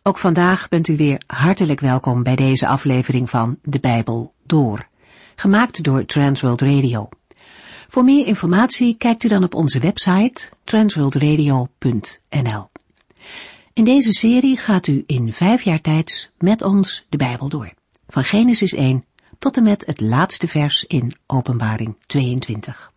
Ook vandaag bent u weer hartelijk welkom bij deze aflevering van De Bijbel Door, gemaakt door Transworld Radio. Voor meer informatie kijkt u dan op onze website transworldradio.nl. In deze serie gaat u in 5 jaar tijd met ons de Bijbel door, van Genesis 1 tot en met het laatste vers in Openbaring 22.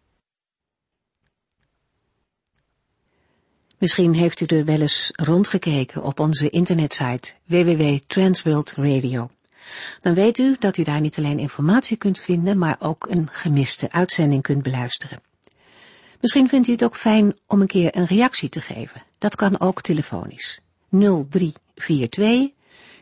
Misschien heeft u er wel eens rondgekeken op onze internetsite www.transworldradio. Dan weet u dat u daar niet alleen informatie kunt vinden, maar ook een gemiste uitzending kunt beluisteren. Misschien vindt u het ook fijn om een keer een reactie te geven. Dat kan ook telefonisch. 0342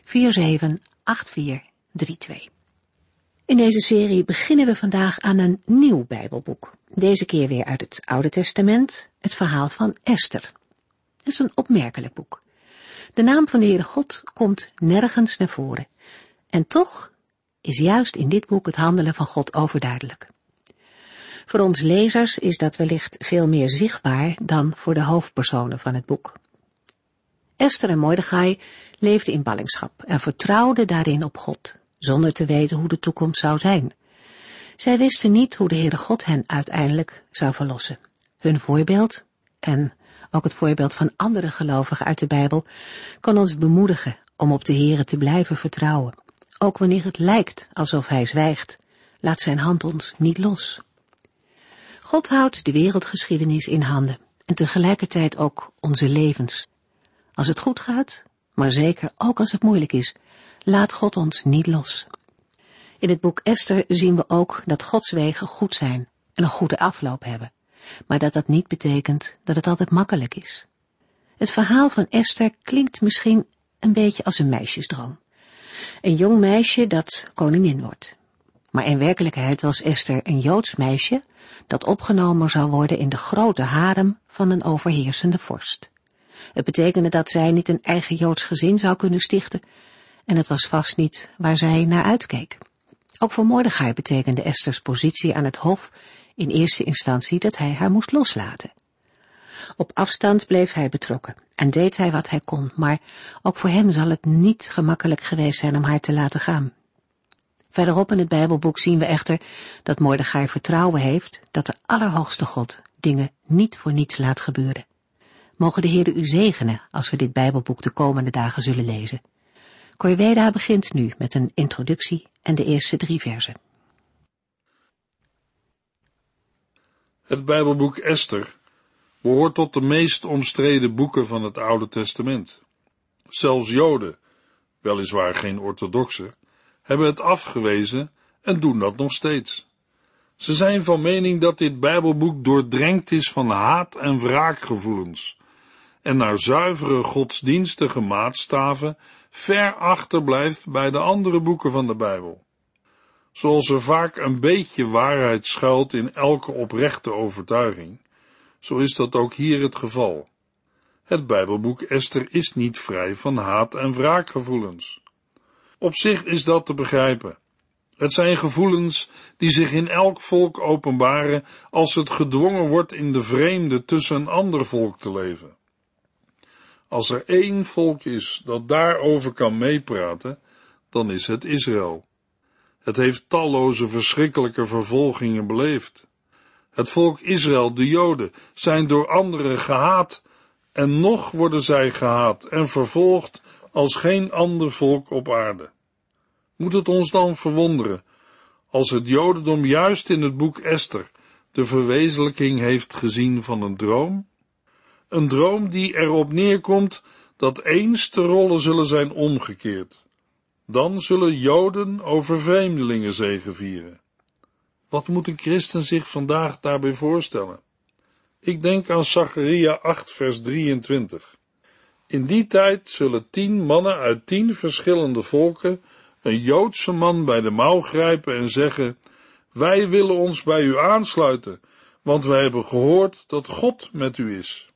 478432. In deze serie beginnen we vandaag aan een nieuw Bijbelboek. Deze keer weer uit het Oude Testament, het verhaal van Esther. Het is een opmerkelijk boek. De naam van de Heere God komt nergens naar voren. En toch is juist in dit boek het handelen van God overduidelijk. Voor ons lezers is dat wellicht veel meer zichtbaar dan voor de hoofdpersonen van het boek. Esther en Mordechai leefden in ballingschap en vertrouwden daarin op God, zonder te weten hoe de toekomst zou zijn. Zij wisten niet hoe de Heere God hen uiteindelijk zou verlossen. Hun voorbeeld, en ook het voorbeeld van andere gelovigen uit de Bijbel, kan ons bemoedigen om op de Heere te blijven vertrouwen. Ook wanneer het lijkt alsof Hij zwijgt, laat zijn hand ons niet los. God houdt de wereldgeschiedenis in handen en tegelijkertijd ook onze levens. Als het goed gaat, maar zeker ook als het moeilijk is, laat God ons niet los. In het boek Esther zien we ook dat Gods wegen goed zijn en een goede afloop hebben, maar dat niet betekent dat het altijd makkelijk is. Het verhaal van Esther klinkt misschien een beetje als een meisjesdroom. Een jong meisje dat koningin wordt. Maar in werkelijkheid was Esther een Joods meisje dat opgenomen zou worden in de grote harem van een overheersende vorst. Het betekende dat zij niet een eigen Joods gezin zou kunnen stichten en het was vast niet waar zij naar uitkeek. Ook voor Mordechai betekende Esters positie aan het hof in eerste instantie dat hij haar moest loslaten. Op afstand bleef hij betrokken en deed hij wat hij kon, maar ook voor hem zal het niet gemakkelijk geweest zijn om haar te laten gaan. Verderop in het Bijbelboek zien we echter dat Mordechai vertrouwen heeft dat de Allerhoogste God dingen niet voor niets laat gebeuren. Mogen de Heere u zegenen als we dit Bijbelboek de komende dagen zullen lezen. Corveda begint nu met een introductie en de eerste 3 versen. Het Bijbelboek Esther behoort tot de meest omstreden boeken van het Oude Testament. Zelfs Joden, weliswaar geen orthodoxen, hebben het afgewezen en doen dat nog steeds. Ze zijn van mening dat dit Bijbelboek doordrenkt is van haat en wraakgevoelens en naar zuivere godsdienstige maatstaven ver achterblijft bij de andere boeken van de Bijbel. Zoals er vaak een beetje waarheid schuilt in elke oprechte overtuiging, zo is dat ook hier het geval. Het Bijbelboek Esther is niet vrij van haat en wraakgevoelens. Op zich is dat te begrijpen. Het zijn gevoelens die zich in elk volk openbaren als het gedwongen wordt in de vreemde tussen een ander volk te leven. Als er 1 volk is dat daarover kan meepraten, dan is het Israël. Het heeft talloze verschrikkelijke vervolgingen beleefd. Het volk Israël, de Joden, zijn door anderen gehaat en nog worden zij gehaat en vervolgd als geen ander volk op aarde. Moet het ons dan verwonderen als het Jodendom juist in het boek Esther de verwezenlijking heeft gezien van een droom? Een droom die erop neerkomt dat eens de rollen zullen zijn omgekeerd. Dan zullen Joden over vreemdelingen zegevieren. Wat moet een christen zich vandaag daarbij voorstellen? Ik denk aan Zacharia 8 vers 23. In die tijd zullen 10 mannen uit 10 verschillende volken een Joodse man bij de mouw grijpen en zeggen: wij willen ons bij u aansluiten, want wij hebben gehoord dat God met u is.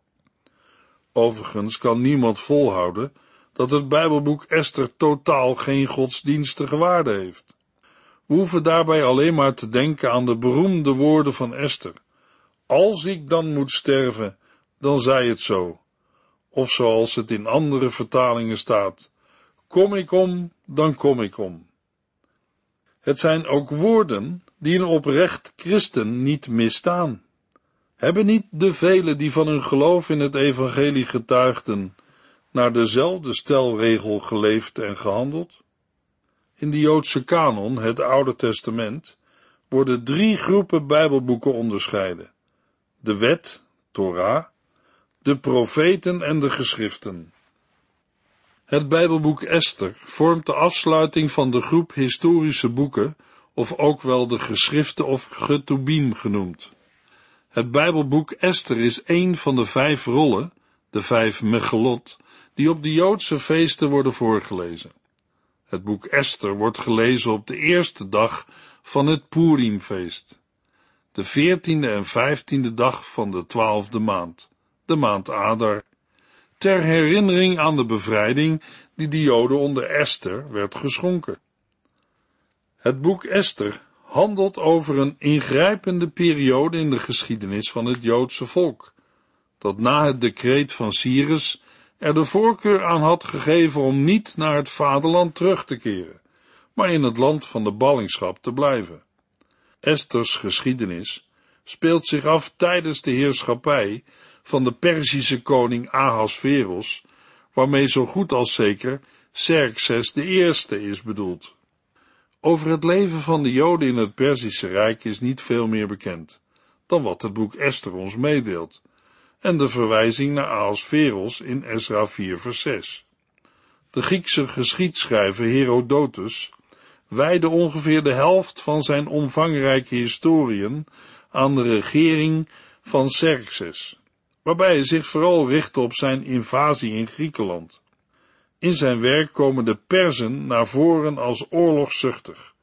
Overigens kan niemand volhouden dat het Bijbelboek Esther totaal geen godsdienstige waarde heeft. We hoeven daarbij alleen maar te denken aan de beroemde woorden van Esther. Als ik dan moet sterven, dan zij het zo. of zoals het in andere vertalingen staat, kom ik om, dan kom ik om. Het zijn ook woorden die een oprecht christen niet misstaan. Hebben niet de velen die van hun geloof in het evangelie getuigden, naar dezelfde stelregel geleefd en gehandeld? In de Joodse kanon, het Oude Testament, worden 3 groepen Bijbelboeken onderscheiden: de wet, Torah, de profeten en de geschriften. Het Bijbelboek Esther vormt de afsluiting van de groep historische boeken, of ook wel de geschriften of getubim genoemd. Het Bijbelboek Esther is één van de 5 rollen, de 5 Megillot, die op de Joodse feesten worden voorgelezen. Het boek Esther wordt gelezen op de eerste dag van het Purimfeest, de 14e en 15e dag van de 12e maand, de maand Adar, ter herinnering aan de bevrijding die de Joden onder Esther werd geschonken. Het boek Esther handelt over een ingrijpende periode in de geschiedenis van het Joodse volk, dat na het decreet van Cyrus er de voorkeur aan had gegeven om niet naar het vaderland terug te keren, maar in het land van de ballingschap te blijven. Esters geschiedenis speelt zich af tijdens de heerschappij van de Perzische koning Ahasveros, waarmee zo goed als zeker Xerxes I is bedoeld. Over het leven van de Joden in het Perzische Rijk is niet veel meer bekend dan wat het boek Esther ons meedeelt, en de verwijzing naar Ahasveros in Ezra 4 vers 6. De Griekse geschiedschrijver Herodotus wijde ongeveer de helft van zijn omvangrijke historieën aan de regering van Xerxes, waarbij hij zich vooral richtte op zijn invasie in Griekenland. In zijn werk komen de Perzen naar voren als oorlogszuchtig.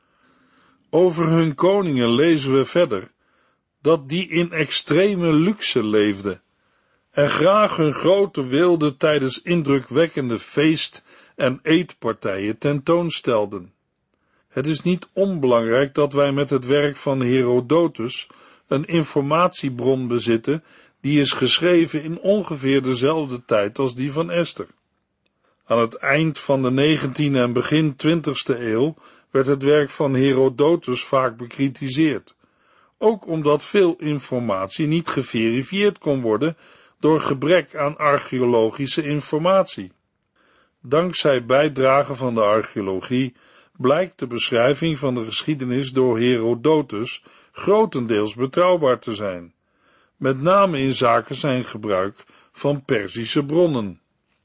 Over hun koningen lezen we verder dat die in extreme luxe leefden en graag hun grote weelde tijdens indrukwekkende feest- en eetpartijen tentoonstelden. Het is niet onbelangrijk dat wij met het werk van Herodotus een informatiebron bezitten die is geschreven in ongeveer dezelfde tijd als die van Esther. Aan het eind van de 19e en begin 20e eeuw werd het werk van Herodotus vaak bekritiseerd, ook omdat veel informatie niet geverifieerd kon worden door gebrek aan archeologische informatie. Dankzij bijdragen van de archeologie blijkt de beschrijving van de geschiedenis door Herodotus grotendeels betrouwbaar te zijn, met name in zaken zijn gebruik van Perzische bronnen.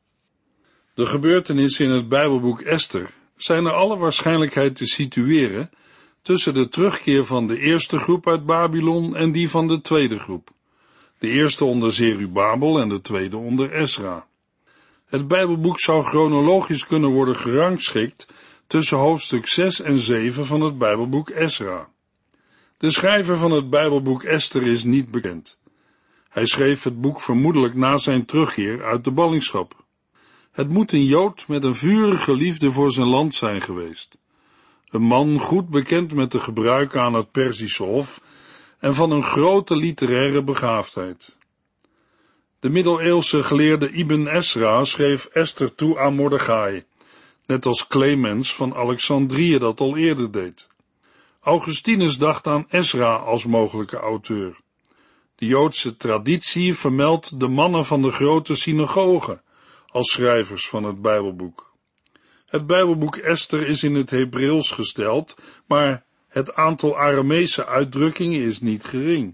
De gebeurtenissen in het Bijbelboek Esther zijn naar alle waarschijnlijkheid te situeren tussen de terugkeer van de eerste groep uit Babylon en die van de tweede groep, de eerste onder Zerubabel en de tweede onder Ezra. Het Bijbelboek zou chronologisch kunnen worden gerangschikt tussen hoofdstuk 6 en 7 van het Bijbelboek Ezra. De schrijver van het Bijbelboek Esther is niet bekend. Hij schreef het boek vermoedelijk na zijn terugkeer uit de ballingschap. Het moet een Jood met een vurige liefde voor zijn land zijn geweest. Een man goed bekend met de gebruiken aan het Perzische hof en van een grote literaire begaafdheid. De middeleeuwse geleerde Ibn Ezra schreef Esther toe aan Mordechai, net als Clemens van Alexandrië dat al eerder deed. Augustinus dacht aan Ezra als mogelijke auteur. De Joodse traditie vermeldt de mannen van de grote synagoge als schrijvers van het Bijbelboek. Het Bijbelboek Esther is in het Hebreeuws gesteld, maar het aantal Aramese uitdrukkingen is niet gering.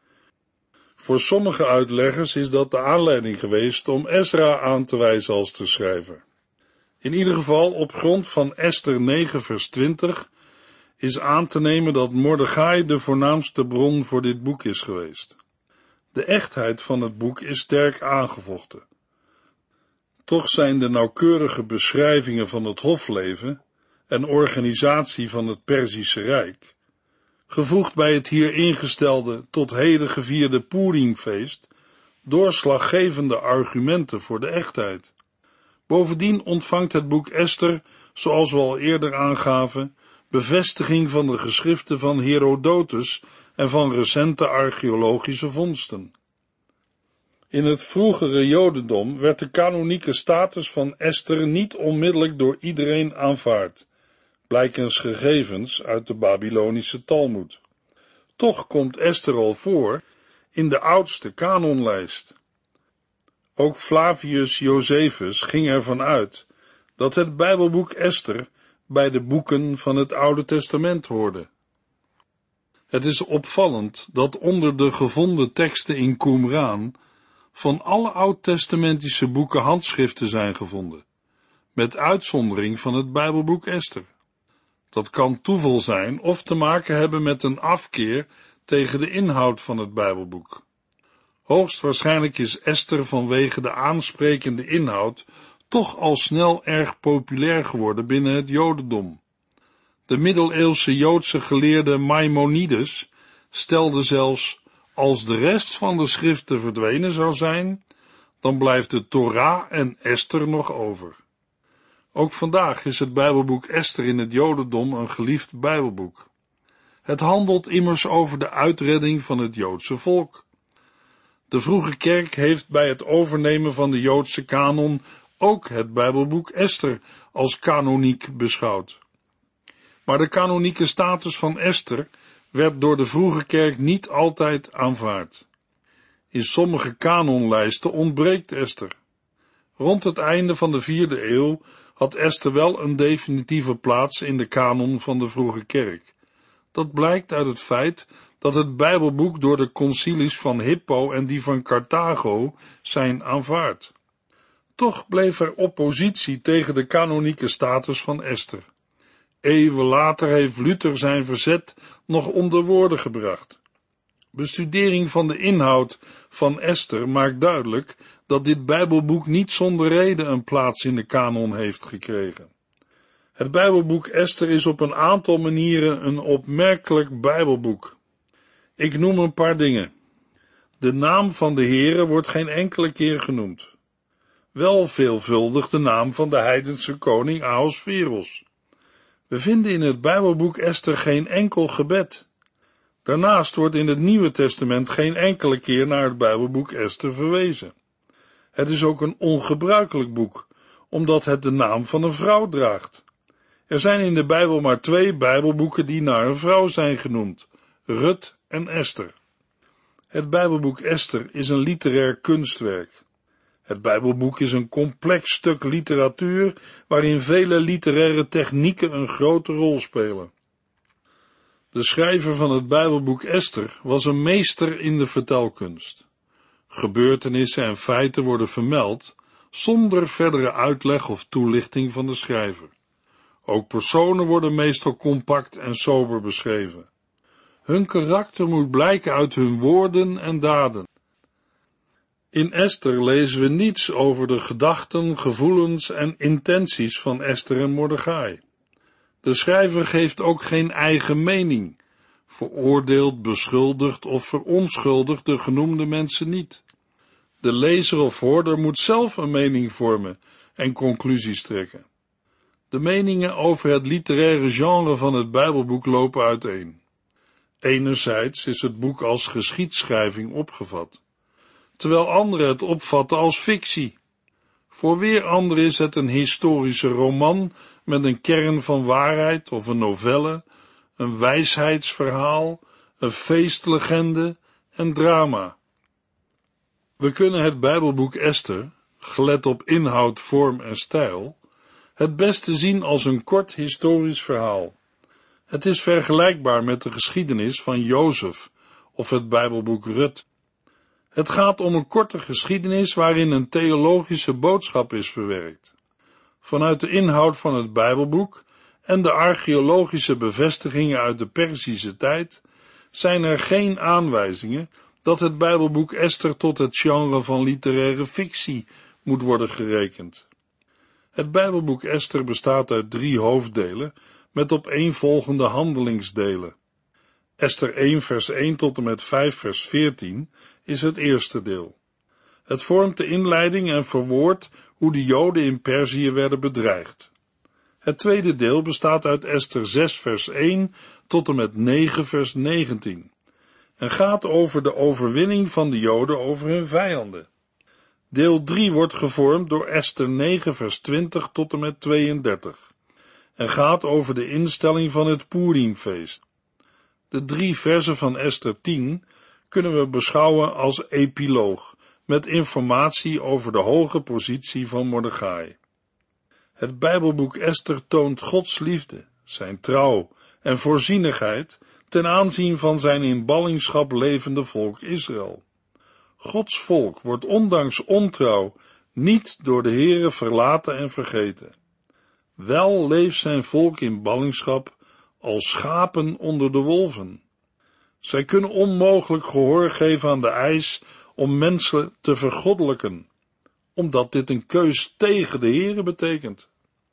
Voor sommige uitleggers is dat de aanleiding geweest om Ezra aan te wijzen als de schrijver. In ieder geval, op grond van Esther 9 vers 20 is aan te nemen dat Mordechai de voornaamste bron voor dit boek is geweest. De echtheid van het boek is sterk aangevochten. Toch zijn de nauwkeurige beschrijvingen van het hofleven en organisatie van het Perzische Rijk, gevoegd bij het hier ingestelde tot heden gevierde Purimfeest, doorslaggevende argumenten voor de echtheid. Bovendien ontvangt het boek Esther, zoals we al eerder aangaven, bevestiging van de geschriften van Herodotus en van recente archeologische vondsten. In het vroegere Jodendom werd de kanonieke status van Esther niet onmiddellijk door iedereen aanvaard, blijkens gegevens uit de Babylonische Talmoed. Toch komt Esther al voor in de oudste kanonlijst. Ook Flavius Josephus ging ervan uit dat het Bijbelboek Esther bij de boeken van het Oude Testament hoorde. Het is opvallend dat onder de gevonden teksten in Qumran van alle oud-testamentische boeken handschriften zijn gevonden, met uitzondering van het Bijbelboek Esther. Dat kan toeval zijn of te maken hebben met een afkeer tegen de inhoud van het Bijbelboek. Hoogstwaarschijnlijk is Esther vanwege de aansprekende inhoud toch al snel erg populair geworden binnen het Jodendom. De middeleeuwse Joodse geleerde Maimonides stelde zelfs: als de rest van de schriften verdwenen zou zijn, dan blijft de Torah en Esther nog over. Ook vandaag is het Bijbelboek Esther in het Jodendom een geliefd Bijbelboek. Het handelt immers over de uitredding van het Joodse volk. De vroege kerk heeft bij het overnemen van de Joodse kanon ook het Bijbelboek Esther als kanoniek beschouwd. Maar de kanonieke status van Esther werd door de vroege kerk niet altijd aanvaard. In sommige kanonlijsten ontbreekt Esther. Rond het einde van de 4e eeuw had Esther wel een definitieve plaats in de kanon van de vroege kerk. Dat blijkt uit het feit dat het Bijbelboek door de concilies van Hippo en die van Carthago zijn aanvaard. Toch bleef er oppositie tegen de kanonieke status van Esther. Eeuwen later heeft Luther zijn verzet nog onder woorden gebracht. Bestudering van de inhoud van Esther maakt duidelijk dat dit Bijbelboek niet zonder reden een plaats in de kanon heeft gekregen. Het Bijbelboek Esther is op een aantal manieren een opmerkelijk Bijbelboek. Ik noem een paar dingen. De naam van de Heere wordt geen enkele keer genoemd. Wel veelvuldig de naam van de heidense koning Ahasveros. We vinden in het Bijbelboek Esther geen enkel gebed. Daarnaast wordt in het Nieuwe Testament geen enkele keer naar het Bijbelboek Esther verwezen. Het is ook een ongebruikelijk boek, omdat het de naam van een vrouw draagt. Er zijn in de Bijbel maar 2 Bijbelboeken die naar een vrouw zijn genoemd, Rut en Esther. Het Bijbelboek Esther is een literair kunstwerk. Het Bijbelboek is een complex stuk literatuur waarin vele literaire technieken een grote rol spelen. De schrijver van het Bijbelboek Esther was een meester in de vertelkunst. Gebeurtenissen en feiten worden vermeld zonder verdere uitleg of toelichting van de schrijver. Ook personen worden meestal compact en sober beschreven. Hun karakter moet blijken uit hun woorden en daden. In Esther lezen we niets over de gedachten, gevoelens en intenties van Esther en Mordechai. De schrijver geeft ook geen eigen mening, veroordeelt, beschuldigt of veronschuldigt de genoemde mensen niet. De lezer of hoorder moet zelf een mening vormen en conclusies trekken. De meningen over het literaire genre van het Bijbelboek lopen uiteen. Enerzijds is het boek als geschiedschrijving opgevat, terwijl anderen het opvatten als fictie. Voor weer anderen is het een historische roman met een kern van waarheid of een novelle, een wijsheidsverhaal, een feestlegende en drama. We kunnen het Bijbelboek Esther, gelet op inhoud, vorm en stijl, het beste zien als een kort historisch verhaal. Het is vergelijkbaar met de geschiedenis van Jozef of het Bijbelboek Rut. Het gaat om een korte geschiedenis waarin een theologische boodschap is verwerkt. Vanuit de inhoud van het Bijbelboek en de archeologische bevestigingen uit de Perzische tijd zijn er geen aanwijzingen dat het Bijbelboek Esther tot het genre van literaire fictie moet worden gerekend. Het Bijbelboek Esther bestaat uit 3 hoofddelen met opeenvolgende handelingsdelen. Esther 1 vers 1 tot en met 5 vers 14 is het eerste deel. Het vormt de inleiding en verwoordt hoe de Joden in Perzië werden bedreigd. Het tweede deel bestaat uit Esther 6 vers 1 tot en met 9 vers 19 en gaat over de overwinning van de Joden over hun vijanden. Deel 3 wordt gevormd door Ester 9 vers 20 tot en met 32 en gaat over de instelling van het Poerimfeest. De 3 versen van Ester 10 kunnen we beschouwen als epiloog, met informatie over de hoge positie van Mordechai. Het Bijbelboek Ester toont Gods liefde, zijn trouw en voorzienigheid ten aanzien van zijn in ballingschap levende volk Israël. Gods volk wordt ondanks ontrouw niet door de Heere verlaten en vergeten. Wel leeft zijn volk in ballingschap als schapen onder de wolven. Zij kunnen onmogelijk gehoor geven aan de eis om mensen te vergoddelijken, omdat dit een keus tegen de Heere betekent.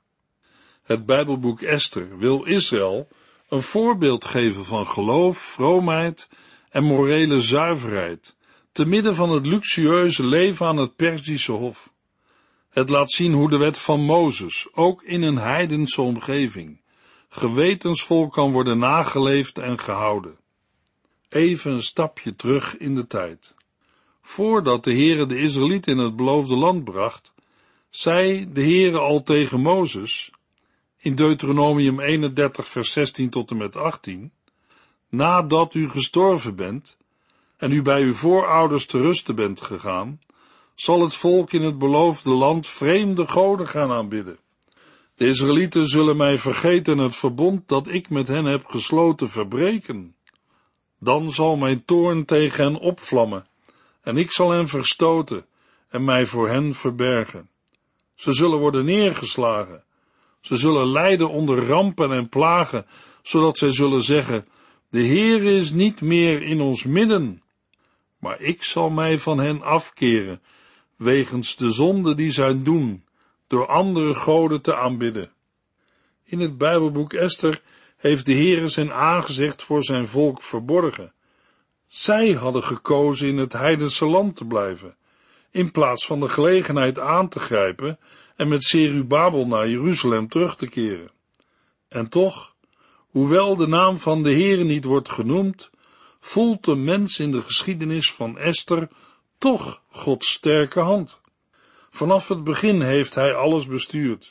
Het Bijbelboek Ester wil Israël een voorbeeld geven van geloof, vroomheid en morele zuiverheid, te midden van het luxueuze leven aan het Perzische hof. Het laat zien hoe de wet van Mozes, ook in een heidense omgeving, gewetensvol kan worden nageleefd en gehouden. Even een stapje terug in de tijd. Voordat de Heere de Israëlieten in het beloofde land bracht, zei de Heere al tegen Mozes, in Deuteronomium 31 vers 16 tot en met 18, nadat u gestorven bent en u bij uw voorouders te rusten bent gegaan, zal het volk in het beloofde land vreemde goden gaan aanbidden. De Israëlieten zullen mij vergeten het verbond dat ik met hen heb gesloten verbreken. Dan zal mijn toorn tegen hen opvlammen, en ik zal hen verstoten en mij voor hen verbergen. Ze zullen worden neergeslagen. Ze zullen lijden onder rampen en plagen, zodat zij zullen zeggen, de Heere is niet meer in ons midden. Maar ik zal mij van hen afkeren, wegens de zonde die zij doen, door andere goden te aanbidden. In het Bijbelboek Ester heeft de Heere zijn aangezicht voor zijn volk verborgen. Zij hadden gekozen in het heidense land te blijven, in plaats van de gelegenheid aan te grijpen en met Zerubabel naar Jeruzalem terug te keren. En toch, hoewel de naam van de Heere niet wordt genoemd, voelt de mens in de geschiedenis van Ester toch Gods sterke hand. Vanaf het begin heeft hij alles bestuurd.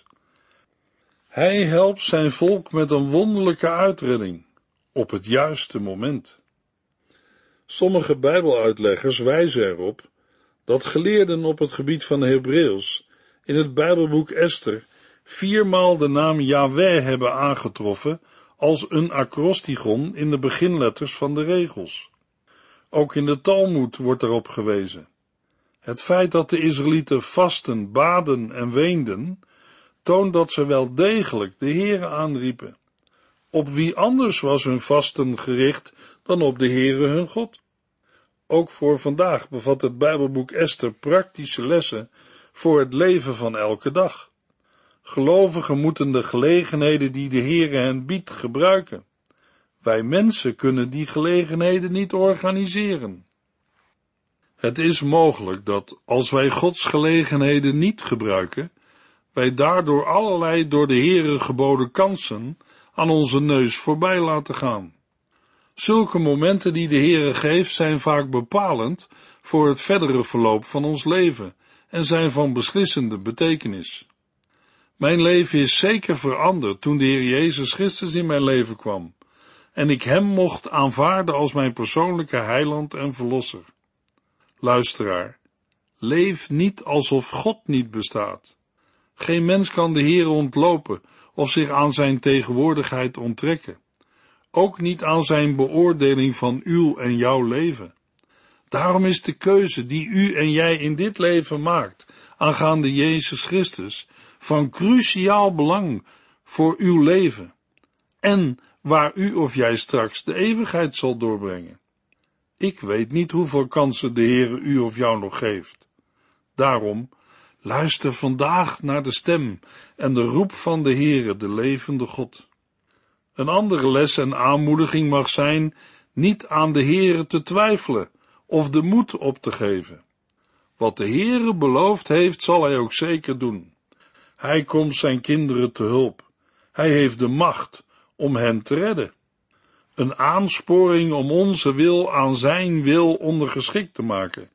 Hij helpt zijn volk met een wonderlijke uitredding, op het juiste moment. Sommige Bijbeluitleggers wijzen erop dat geleerden op het gebied van Hebreeuws in het Bijbelboek Ester 4-maal de naam Jahweh hebben aangetroffen als een acrostigon in de beginletters van de regels. Ook in de Talmoed wordt erop gewezen. Het feit dat de Israëlieten vasten, baden en weenden, toont dat ze wel degelijk de Heere aanriepen. Op wie anders was hun vasten gericht dan op de Heere hun God? Ook voor vandaag bevat het Bijbelboek Ester praktische lessen voor het leven van elke dag. Gelovigen moeten de gelegenheden die de Heere hen biedt gebruiken. Wij mensen kunnen die gelegenheden niet organiseren. Het is mogelijk dat, als wij Gods gelegenheden niet gebruiken, wij daardoor allerlei door de Heere geboden kansen aan onze neus voorbij laten gaan. Zulke momenten die de Heere geeft zijn vaak bepalend voor het verdere verloop van ons leven en zijn van beslissende betekenis. Mijn leven is zeker veranderd toen de Heer Jezus Christus in mijn leven kwam en ik hem mocht aanvaarden als mijn persoonlijke heiland en verlosser. Luisteraar, leef niet alsof God niet bestaat. Geen mens kan de Heere ontlopen of zich aan zijn tegenwoordigheid onttrekken. Ook niet aan zijn beoordeling van uw en jouw leven. Daarom is de keuze die u en jij in dit leven maakt, aangaande Jezus Christus, van cruciaal belang voor uw leven en waar u of jij straks de eeuwigheid zal doorbrengen. Ik weet niet hoeveel kansen de Heere u of jou nog geeft. Daarom, luister vandaag naar de stem en de roep van de Heere, de levende God. Een andere les en aanmoediging mag zijn niet aan de Heere te twijfelen of de moed op te geven. Wat de Heere beloofd heeft, zal hij ook zeker doen. Hij komt zijn kinderen te hulp. Hij heeft de macht om hen te redden. Een aansporing om onze wil aan zijn wil ondergeschikt te maken,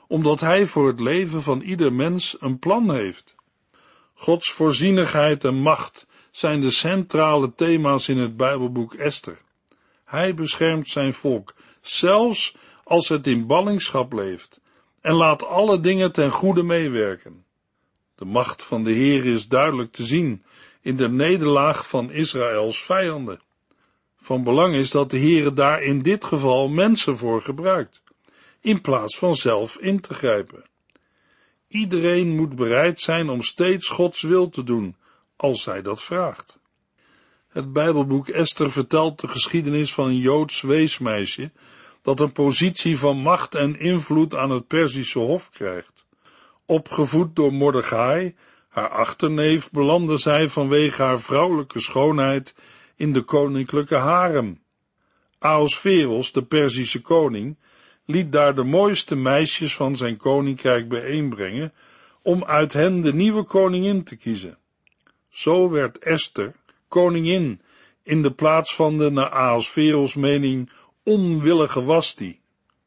omdat hij voor het leven van ieder mens een plan heeft. Gods voorzienigheid en macht zijn de centrale thema's in het Bijbelboek Esther. Hij beschermt zijn volk, zelfs als het in ballingschap leeft, en laat alle dingen ten goede meewerken. De macht van de Heer is duidelijk te zien in de nederlaag van Israëls vijanden. Van belang is dat de Heer daar in dit geval mensen voor gebruikt, in plaats van zelf in te grijpen. Iedereen moet bereid zijn om steeds Gods wil te doen, als hij dat vraagt. Het Bijbelboek Esther vertelt de geschiedenis van een Joods weesmeisje dat een positie van macht en invloed aan het Perzische hof krijgt. Opgevoed door Mordechai, haar achterneef, belandde zij vanwege haar vrouwelijke schoonheid in de koninklijke harem. Ahasveros, de Perzische koning, liet daar de mooiste meisjes van zijn koninkrijk bijeenbrengen om uit hen de nieuwe koningin te kiezen. Zo werd Esther koningin in de plaats van de naar Ahasveros mening onwillige Wasti.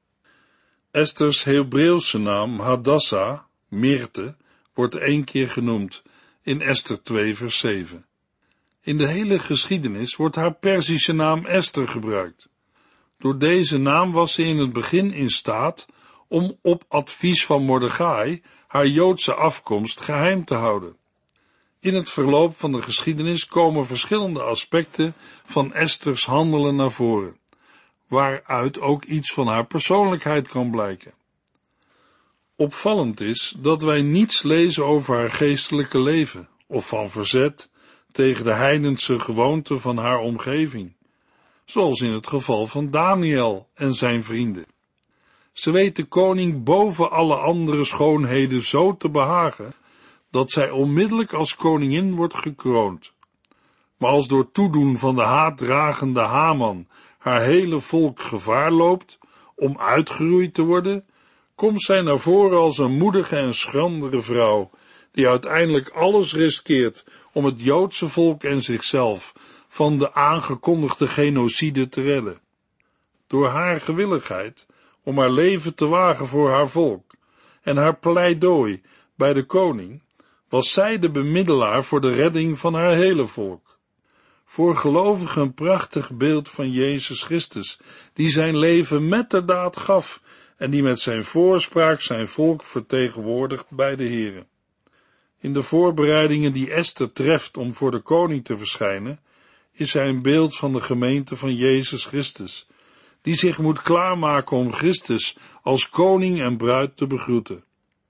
Esters Hebreeuwse naam Hadassah, Mirte, wordt 1 keer genoemd in Esther 2 vers 7. In de hele geschiedenis wordt haar Perzische naam Esther gebruikt. Door deze naam was ze in het begin in staat om op advies van Mordechai haar Joodse afkomst geheim te houden. In het verloop van de geschiedenis komen verschillende aspecten van Esters handelen naar voren, waaruit ook iets van haar persoonlijkheid kan blijken. Opvallend is dat wij niets lezen over haar geestelijke leven of van verzet tegen de heidense gewoonten van haar omgeving, zoals in het geval van Daniel en zijn vrienden. Ze weet de koning boven alle andere schoonheden zo te behagen, dat zij onmiddellijk als koningin wordt gekroond. Maar als door toedoen van de haatdragende Haman haar hele volk gevaar loopt om uitgeroeid te worden, komt zij naar voren als een moedige en schrandere vrouw, die uiteindelijk alles riskeert om het Joodse volk en zichzelf van de aangekondigde genocide te redden. Door haar gewilligheid om haar leven te wagen voor haar volk en haar pleidooi bij de koning, was zij de bemiddelaar voor de redding van haar hele volk. Voor gelovigen een prachtig beeld van Jezus Christus, die zijn leven metterdaad gaf en die met zijn voorspraak zijn volk vertegenwoordigt bij de Here. In de voorbereidingen die Esther treft om voor de koning te verschijnen, is zij een beeld van de gemeente van Jezus Christus, die zich moet klaarmaken om Christus als koning en bruid te begroeten.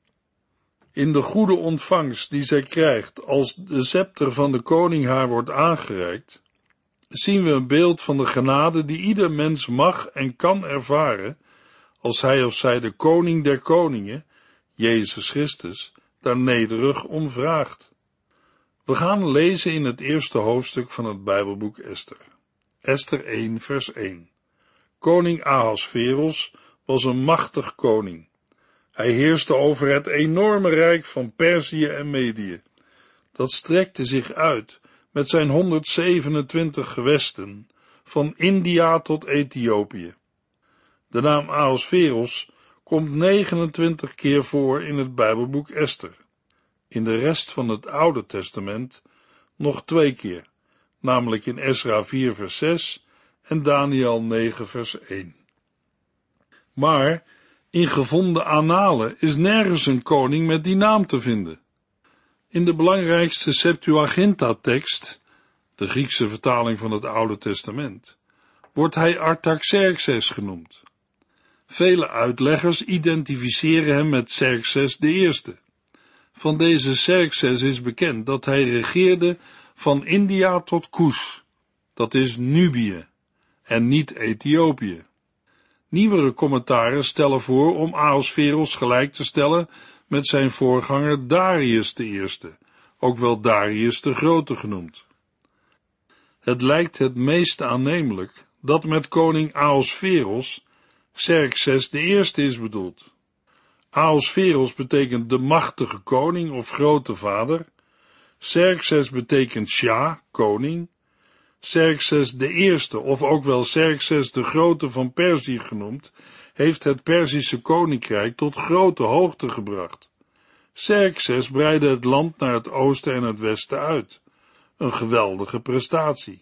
In de goede ontvangst die zij krijgt als de scepter van de koning haar wordt aangereikt, zien we een beeld van de genade die ieder mens mag en kan ervaren als hij of zij de koning der koningen, Jezus Christus, daar nederig om vraagt. We gaan lezen in het eerste hoofdstuk van het Bijbelboek Esther. Esther 1 vers 1. Koning Ahasveros was een machtig koning. Hij heerste over het enorme rijk van Perzië en Medië. Dat strekte zich uit met zijn 127 gewesten, van India tot Ethiopië. De naam Ahasveros komt 29 keer voor in het Bijbelboek Esther. In de rest van het Oude Testament nog 2 keer, namelijk in Esra 4 vers 6 en Daniel 9 vers 1. Maar in gevonden annalen is nergens een koning met die naam te vinden. In de belangrijkste Septuaginta-tekst, de Griekse vertaling van het Oude Testament, wordt hij Artaxerxes genoemd. Vele uitleggers identificeren hem met Xerxes I. Van deze Xerxes is bekend dat hij regeerde van India tot Koes, dat is Nubië, en niet Ethiopië. Nieuwere commentaren stellen voor om Ahasveros gelijk te stellen met zijn voorganger Darius I, ook wel Darius de Grote genoemd. Het lijkt het meest aannemelijk dat met koning Ahasveros Xerxes I is bedoeld. Ahasveros betekent de machtige koning of grote vader. Xerxes betekent Shah, koning. Xerxes I, of ook wel Xerxes de Grote van Perzië genoemd, heeft het Perzische koninkrijk tot grote hoogte gebracht. Xerxes breidde het land naar het oosten en het westen uit. Een geweldige prestatie.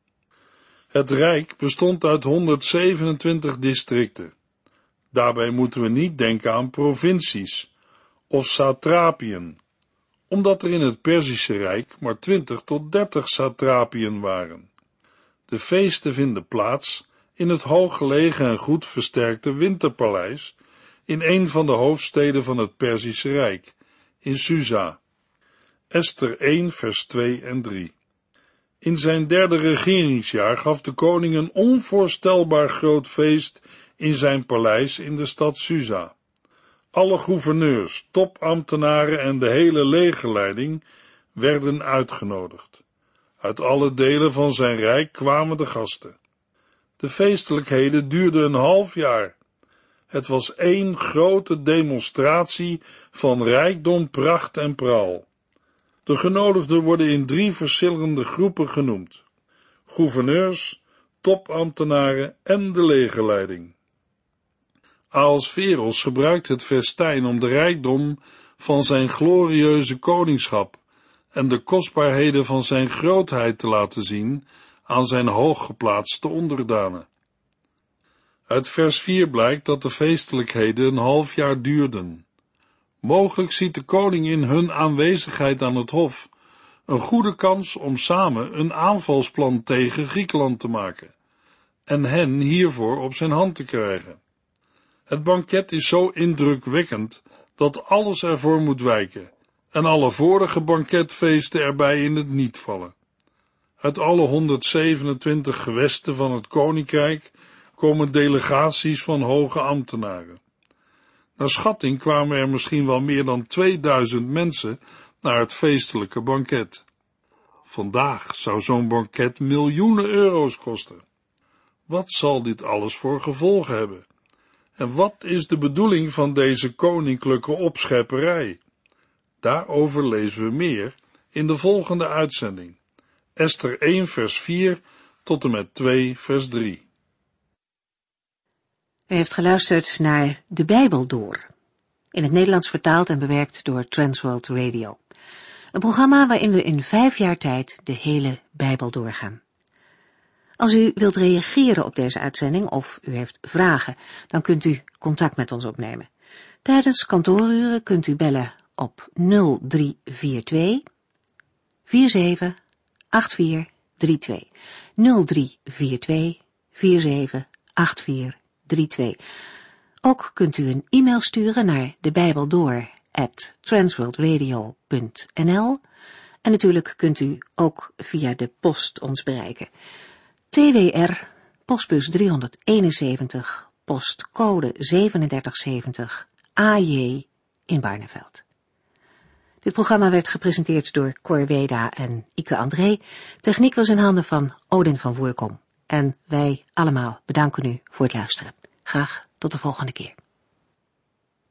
Het rijk bestond uit 127 districten. Daarbij moeten we niet denken aan provincies of satrapieën, omdat er in het Perzische Rijk maar 20 tot 30 satrapieën waren. De feesten vinden plaats in het hooggelegen en goed versterkte Winterpaleis in een van de hoofdsteden van het Perzische Rijk, in Susa. Ester 1 vers 2 en 3. In zijn derde regeringsjaar gaf de koning een onvoorstelbaar groot feest in zijn paleis in de stad Susa. Alle gouverneurs, topambtenaren en de hele legerleiding werden uitgenodigd. Uit alle delen van zijn rijk kwamen de gasten. De feestelijkheden duurden een half jaar. Het was één grote demonstratie van rijkdom, pracht en praal. De genodigden worden in 3 verschillende groepen genoemd: gouverneurs, topambtenaren en de legerleiding. Ahasveros gebruikt het festijn om de rijkdom van zijn glorieuze koningschap en de kostbaarheden van zijn grootheid te laten zien aan zijn hooggeplaatste onderdanen. Uit vers 4 blijkt dat de feestelijkheden een half jaar duurden. Mogelijk ziet de koning in hun aanwezigheid aan het hof een goede kans om samen een aanvalsplan tegen Griekenland te maken en hen hiervoor op zijn hand te krijgen. Het banket is zo indrukwekkend dat alles ervoor moet wijken en alle vorige banketfeesten erbij in het niet vallen. Uit alle 127 gewesten van het koninkrijk komen delegaties van hoge ambtenaren. Naar schatting kwamen er misschien wel meer dan 2000 mensen naar het feestelijke banket. Vandaag zou zo'n banket miljoenen euro's kosten. Wat zal dit alles voor gevolgen hebben? En wat is de bedoeling van deze koninklijke opschepperij? Daarover lezen we meer in de volgende uitzending. Ester 1 vers 4 tot en met 2 vers 3. U heeft geluisterd naar De Bijbel Door, in het Nederlands vertaald en bewerkt door Transworld Radio. Een programma waarin we in 5 jaar tijd de hele Bijbel doorgaan. Als u wilt reageren op deze uitzending of u heeft vragen, dan kunt u contact met ons opnemen. Tijdens kantooruren kunt u bellen op 0342 478432. 0342 478432. Ook kunt u een e-mail sturen naar debijbeldoor@transworldradio.nl en natuurlijk kunt u ook via de post ons bereiken. TWR, postbus 371, postcode 3770, AJ in Barneveld. Dit programma werd gepresenteerd door Cor Weda en Ike André. Techniek was in handen van Odin van Voerkom. En wij allemaal bedanken u voor het luisteren. Graag tot de volgende keer.